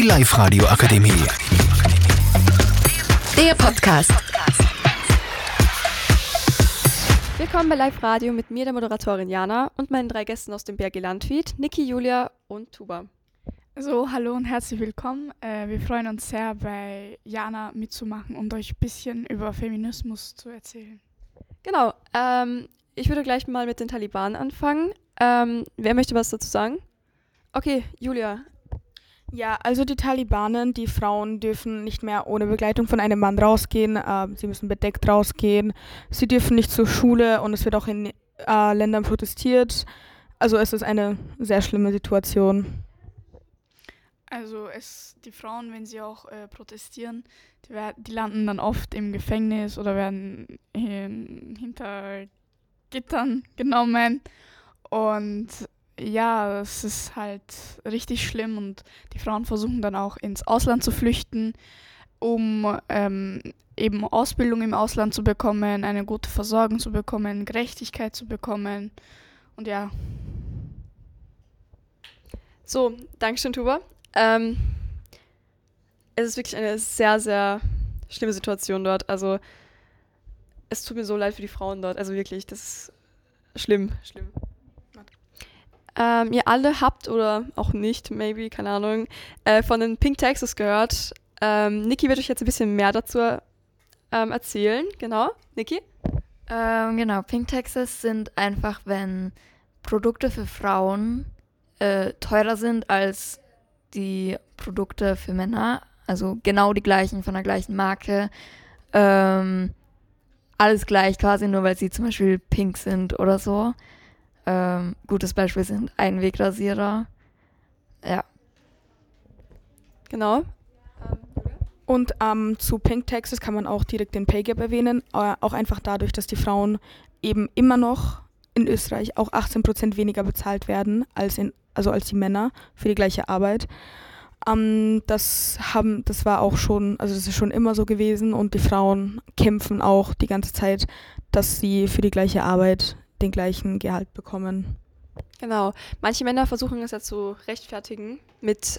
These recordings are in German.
Live-Radio Akademie. Der Podcast. Willkommen bei Live Radio mit mir, der Moderatorin Jana, und meinen 3 Gästen aus dem Bergi Landwied, Niki, Julia und Tuba. So, hallo und herzlich willkommen. Wir freuen uns sehr, bei Jana mitzumachen und euch ein bisschen über Feminismus zu erzählen. Genau, ich würde gleich mal mit den Taliban anfangen. Wer möchte was dazu sagen? Okay, Julia. Ja, also die Talibanen, die Frauen dürfen nicht mehr ohne Begleitung von einem Mann rausgehen, sie müssen bedeckt rausgehen, sie dürfen nicht zur Schule und es wird auch in Ländern protestiert. Also es ist eine sehr schlimme Situation. Also die Frauen, wenn sie auch protestieren, die landen dann oft im Gefängnis oder werden hinter Gittern genommen. Und ja, es ist halt richtig schlimm und die Frauen versuchen dann auch ins Ausland zu flüchten, um eben Ausbildung im Ausland zu bekommen, eine gute Versorgung zu bekommen, Gerechtigkeit zu bekommen und ja. So, Dankeschön, Tuba. Es ist wirklich eine sehr, sehr schlimme Situation dort. Also es tut mir so leid für die Frauen dort. Also wirklich, das ist schlimm. Ihr alle habt oder auch nicht, maybe, keine Ahnung, von den Pink Taxes gehört. Niki wird euch jetzt ein bisschen mehr dazu erzählen. Genau, Niki? Genau, Pink Taxes sind einfach, wenn Produkte für Frauen teurer sind als die Produkte für Männer. Also genau die gleichen, von der gleichen Marke. Alles gleich quasi, nur weil sie zum Beispiel pink sind oder so. Gutes Beispiel sind Einwegrasierer. Ja. Genau. Und zu Pink Taxes kann man auch direkt den Pay Gap erwähnen, auch einfach dadurch, dass die Frauen eben immer noch in Österreich auch 18% weniger bezahlt werden als die Männer für die gleiche Arbeit. Das war auch schon, also das ist schon immer so gewesen und die Frauen kämpfen auch die ganze Zeit, dass sie für die gleiche Arbeit den gleichen Gehalt bekommen. Genau. Manche Männer versuchen es ja zu rechtfertigen mit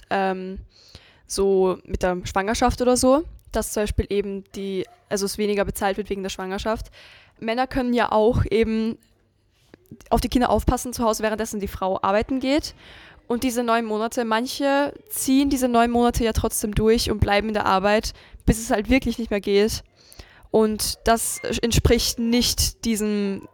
mit der Schwangerschaft oder so, dass zum Beispiel eben es weniger bezahlt wird wegen der Schwangerschaft. Männer können ja auch eben auf die Kinder aufpassen zu Hause, währenddessen die Frau arbeiten geht. Und diese 9 Monate, manche ziehen diese 9 Monate ja trotzdem durch und bleiben in der Arbeit, bis es halt wirklich nicht mehr geht. Und das entspricht nicht diesem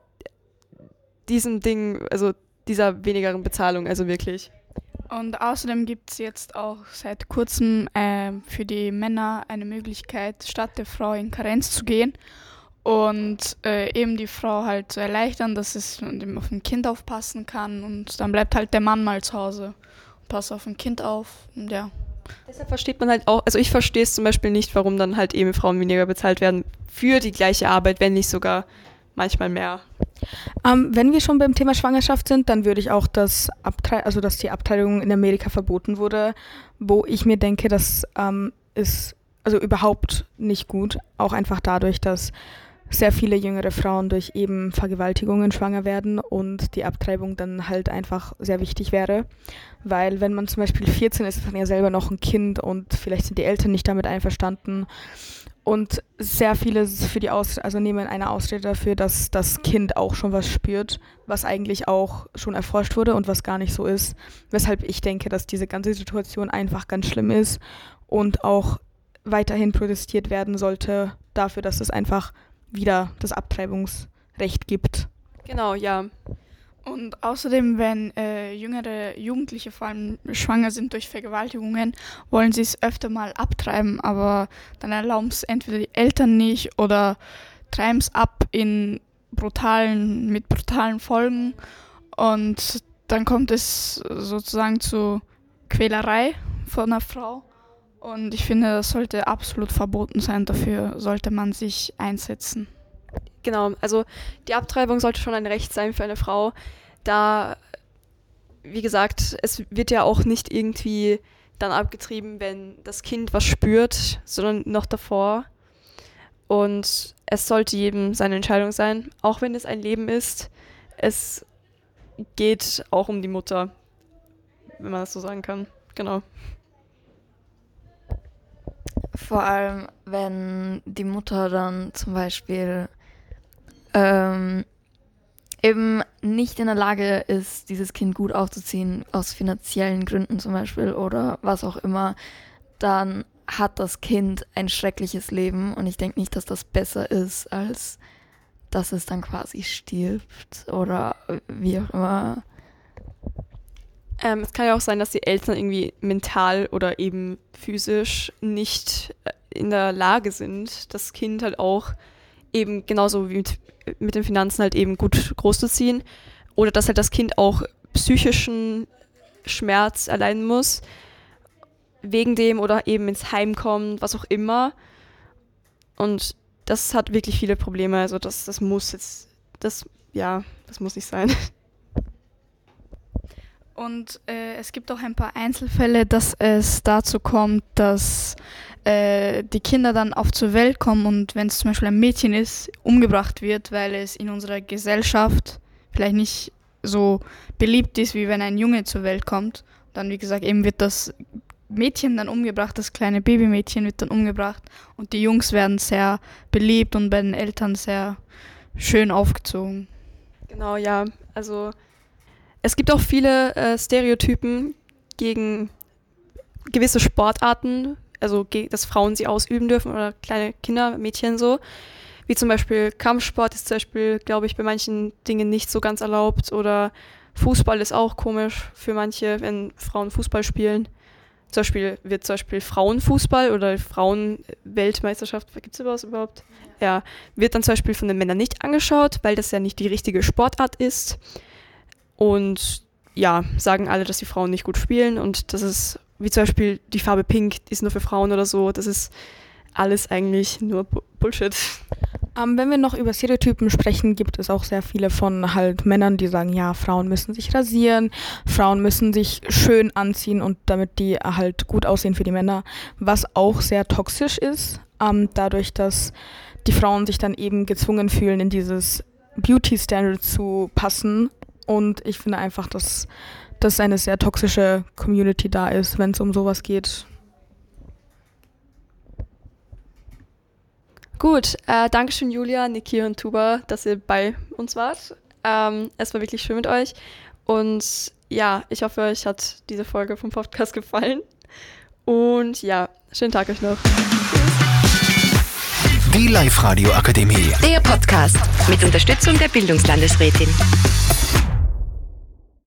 Ding, also dieser wenigeren Bezahlung, also wirklich. Und außerdem gibt es jetzt auch seit kurzem für die Männer eine Möglichkeit, statt der Frau in Karenz zu gehen und eben die Frau halt zu erleichtern, dass es auf ein Kind aufpassen kann und dann bleibt halt der Mann mal zu Hause und passt auf ein Kind auf und ja. Deshalb versteht man halt auch, also ich verstehe es zum Beispiel nicht, warum dann halt eben Frauen weniger bezahlt werden für die gleiche Arbeit, wenn nicht sogar manchmal mehr. Wenn wir schon beim Thema Schwangerschaft sind, dann würde ich auch, dass die Abtreibung in Amerika verboten wurde, wo ich mir denke, das ist also überhaupt nicht gut, auch einfach dadurch, dass sehr viele jüngere Frauen durch eben Vergewaltigungen schwanger werden und die Abtreibung dann halt einfach sehr wichtig wäre, weil wenn man zum Beispiel 14 ist, ist man ja selber noch ein Kind und vielleicht sind die Eltern nicht damit einverstanden und sehr viele nehmen eine Ausrede dafür, dass das Kind auch schon was spürt, was eigentlich auch schon erforscht wurde und was gar nicht so ist, weshalb ich denke, dass diese ganze Situation einfach ganz schlimm ist und auch weiterhin protestiert werden sollte dafür, dass es einfach wieder das Abtreibungsrecht gibt. Genau, ja. Und außerdem, wenn jüngere Jugendliche vor allem schwanger sind durch Vergewaltigungen, wollen sie es öfter mal abtreiben, aber dann erlauben es entweder die Eltern nicht oder treiben es ab mit brutalen Folgen und dann kommt es sozusagen zu Quälerei von einer Frau. Und ich finde, das sollte absolut verboten sein. Dafür sollte man sich einsetzen. Genau, also die Abtreibung sollte schon ein Recht sein für eine Frau, da, wie gesagt, es wird ja auch nicht irgendwie dann abgetrieben, wenn das Kind was spürt, sondern noch davor. Und es sollte jedem seine Entscheidung sein, auch wenn es ein Leben ist. Es geht auch um die Mutter, wenn man das so sagen kann. Genau. Vor allem, wenn die Mutter dann zum Beispiel eben nicht in der Lage ist, dieses Kind gut aufzuziehen, aus finanziellen Gründen zum Beispiel oder was auch immer, dann hat das Kind ein schreckliches Leben und ich denke nicht, dass das besser ist, als dass es dann quasi stirbt oder wie auch immer. Es kann ja auch sein, dass die Eltern irgendwie mental oder eben physisch nicht in der Lage sind, das Kind halt auch eben genauso wie mit den Finanzen halt eben gut großzuziehen. Oder dass halt das Kind auch psychischen Schmerz erleiden muss, wegen dem oder eben ins Heim kommt, was auch immer. Und das hat wirklich viele Probleme. Also das muss nicht sein. Und es gibt auch ein paar Einzelfälle, dass es dazu kommt, dass die Kinder dann auf zur Welt kommen und wenn es zum Beispiel ein Mädchen ist, umgebracht wird, weil es in unserer Gesellschaft vielleicht nicht so beliebt ist, wie wenn ein Junge zur Welt kommt. Dann, wie gesagt, eben wird das Mädchen dann umgebracht, das kleine Babymädchen wird dann umgebracht und die Jungs werden sehr beliebt und bei den Eltern sehr schön aufgezogen. Genau, ja. Also es gibt auch viele Stereotypen gegen gewisse Sportarten, also dass Frauen sie ausüben dürfen oder kleine Kinder, Mädchen so. Wie zum Beispiel Kampfsport ist zum Beispiel, glaube ich, bei manchen Dingen nicht so ganz erlaubt. Oder Fußball ist auch komisch für manche, wenn Frauen Fußball spielen. Zum Beispiel wird Frauenfußball oder Frauenweltmeisterschaft, gibt es sowas überhaupt? Ja, wird dann zum Beispiel von den Männern nicht angeschaut, weil das ja nicht die richtige Sportart ist. Und ja, sagen alle, dass die Frauen nicht gut spielen und das ist, wie zum Beispiel die Farbe Pink ist nur für Frauen oder so, das ist alles eigentlich nur Bullshit. Wenn wir noch über Stereotypen sprechen, gibt es auch sehr viele von halt Männern, die sagen, ja, Frauen müssen sich rasieren, Frauen müssen sich schön anziehen und damit die halt gut aussehen für die Männer, was auch sehr toxisch ist, dadurch, dass die Frauen sich dann eben gezwungen fühlen, in dieses Beauty-Standard zu passen. Und ich finde einfach, dass das eine sehr toxische Community da ist, wenn es um sowas geht. Gut, Dankeschön Julia, Niki und Tuba, dass ihr bei uns wart. Es war wirklich schön mit euch. Und ja, ich hoffe, euch hat diese Folge vom Podcast gefallen. Und ja, schönen Tag euch noch. Die Live-Radio Akademie. Der Podcast mit Unterstützung der Bildungslandesrätin.